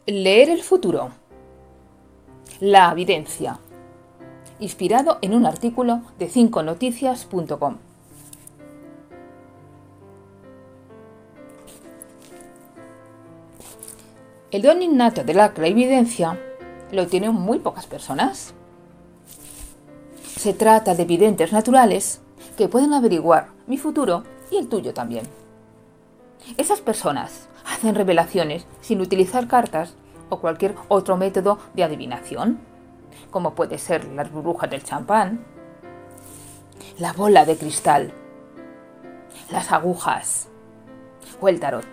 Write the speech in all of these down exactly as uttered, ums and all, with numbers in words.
Leer el futuro. La evidencia. Inspirado en un artículo de cinco noticias punto com. El don innato de la clarividencia lo tienen muy pocas personas. Se trata de videntes naturales que pueden averiguar mi futuro y el tuyo también. Esas personas hacen revelaciones sin utilizar cartas o cualquier otro método de adivinación, como puede ser las burbujas del champán, la bola de cristal, las agujas o el tarot.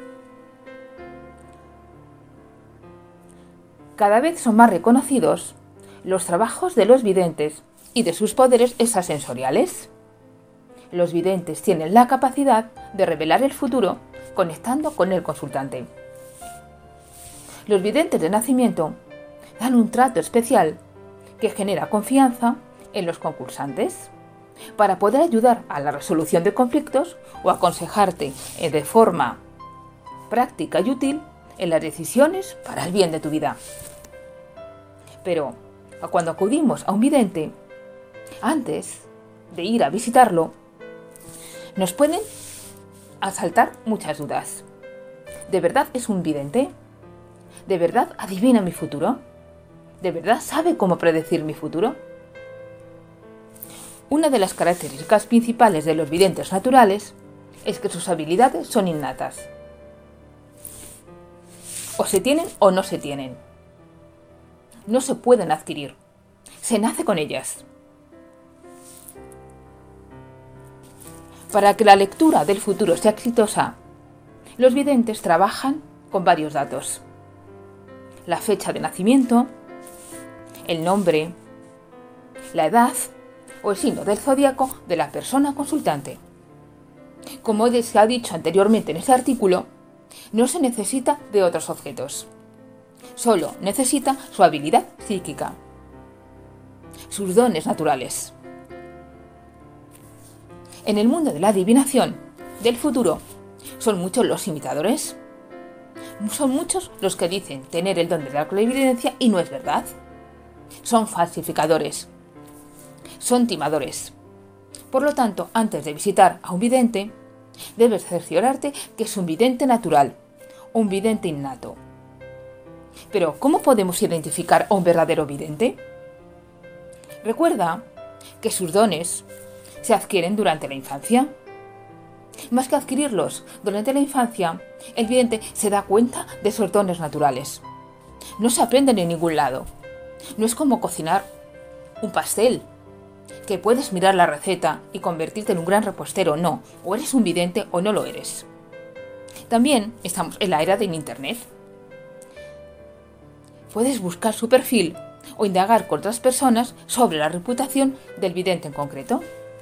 Cada vez son más reconocidos los trabajos de los videntes y de sus poderes extrasensoriales. Los videntes tienen la capacidad de revelar el futuro conectando con el consultante. Los videntes de nacimiento dan un trato especial que genera confianza en los concursantes para poder ayudar a la resolución de conflictos o aconsejarte de forma práctica y útil en las decisiones para el bien de tu vida. Pero cuando acudimos a un vidente, antes de ir a visitarlo, nos pueden asaltar muchas dudas. ¿De verdad es un vidente? ¿De verdad adivina mi futuro? ¿De verdad sabe cómo predecir mi futuro? Una de las características principales de los videntes naturales es que sus habilidades son innatas. O se tienen o no se tienen. No se pueden adquirir. Se nace con ellas. Para que la lectura del futuro sea exitosa, los videntes trabajan con varios datos: la fecha de nacimiento, el nombre, la edad o el signo del zodiaco de la persona consultante. Como se ha dicho anteriormente en este artículo, no se necesita de otros objetos. Solo necesita su habilidad psíquica, sus dones naturales. En el mundo de la adivinación del futuro, son muchos los imitadores. Son muchos los que dicen tener el don de la clarividencia y no es verdad. Son falsificadores. Son timadores. Por lo tanto, antes de visitar a un vidente, debes cerciorarte que es un vidente natural, un vidente innato. Pero, ¿cómo podemos identificar a un verdadero vidente? Recuerda que sus dones se adquieren durante la infancia. Más que adquirirlos durante la infancia, el vidente se da cuenta de esos dones naturales. No se aprenden en ningún lado. No es como cocinar un pastel, que puedes mirar la receta y convertirte en un gran repostero. No, o eres un vidente o no lo eres. También estamos en la era de Internet. Puedes buscar su perfil o indagar con otras personas sobre la reputación del vidente en concreto.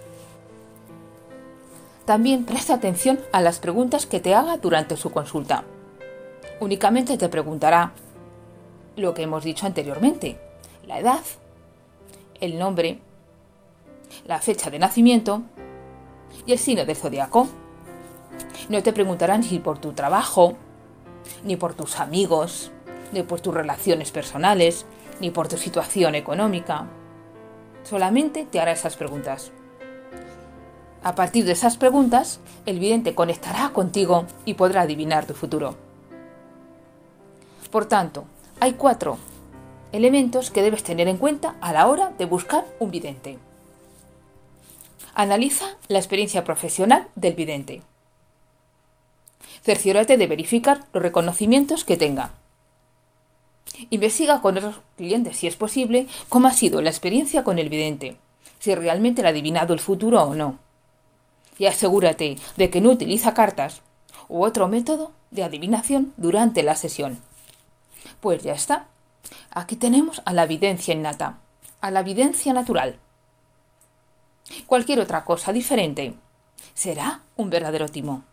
También presta atención a las preguntas que te haga durante su consulta. Únicamente te preguntará lo que hemos dicho anteriormente: la edad, el nombre, la fecha de nacimiento y el signo del zodiaco. No te preguntará ni por tu trabajo, ni por tus amigos, ni por tus relaciones personales, ni por tu situación económica. Solamente te hará esas preguntas. A partir de esas preguntas, el vidente conectará contigo y podrá adivinar tu futuro. Por tanto, hay cuatro elementos que debes tener en cuenta a la hora de buscar un vidente. Analiza la experiencia profesional del vidente. Cerciórate de verificar los reconocimientos que tenga. Investiga con otros clientes, si es posible, cómo ha sido la experiencia con el vidente, si realmente le ha adivinado el futuro o no. Y asegúrate de que no utiliza cartas u otro método de adivinación durante la sesión. Pues ya está. Aquí tenemos a la evidencia innata, a la evidencia natural. Cualquier otra cosa diferente será un verdadero timo.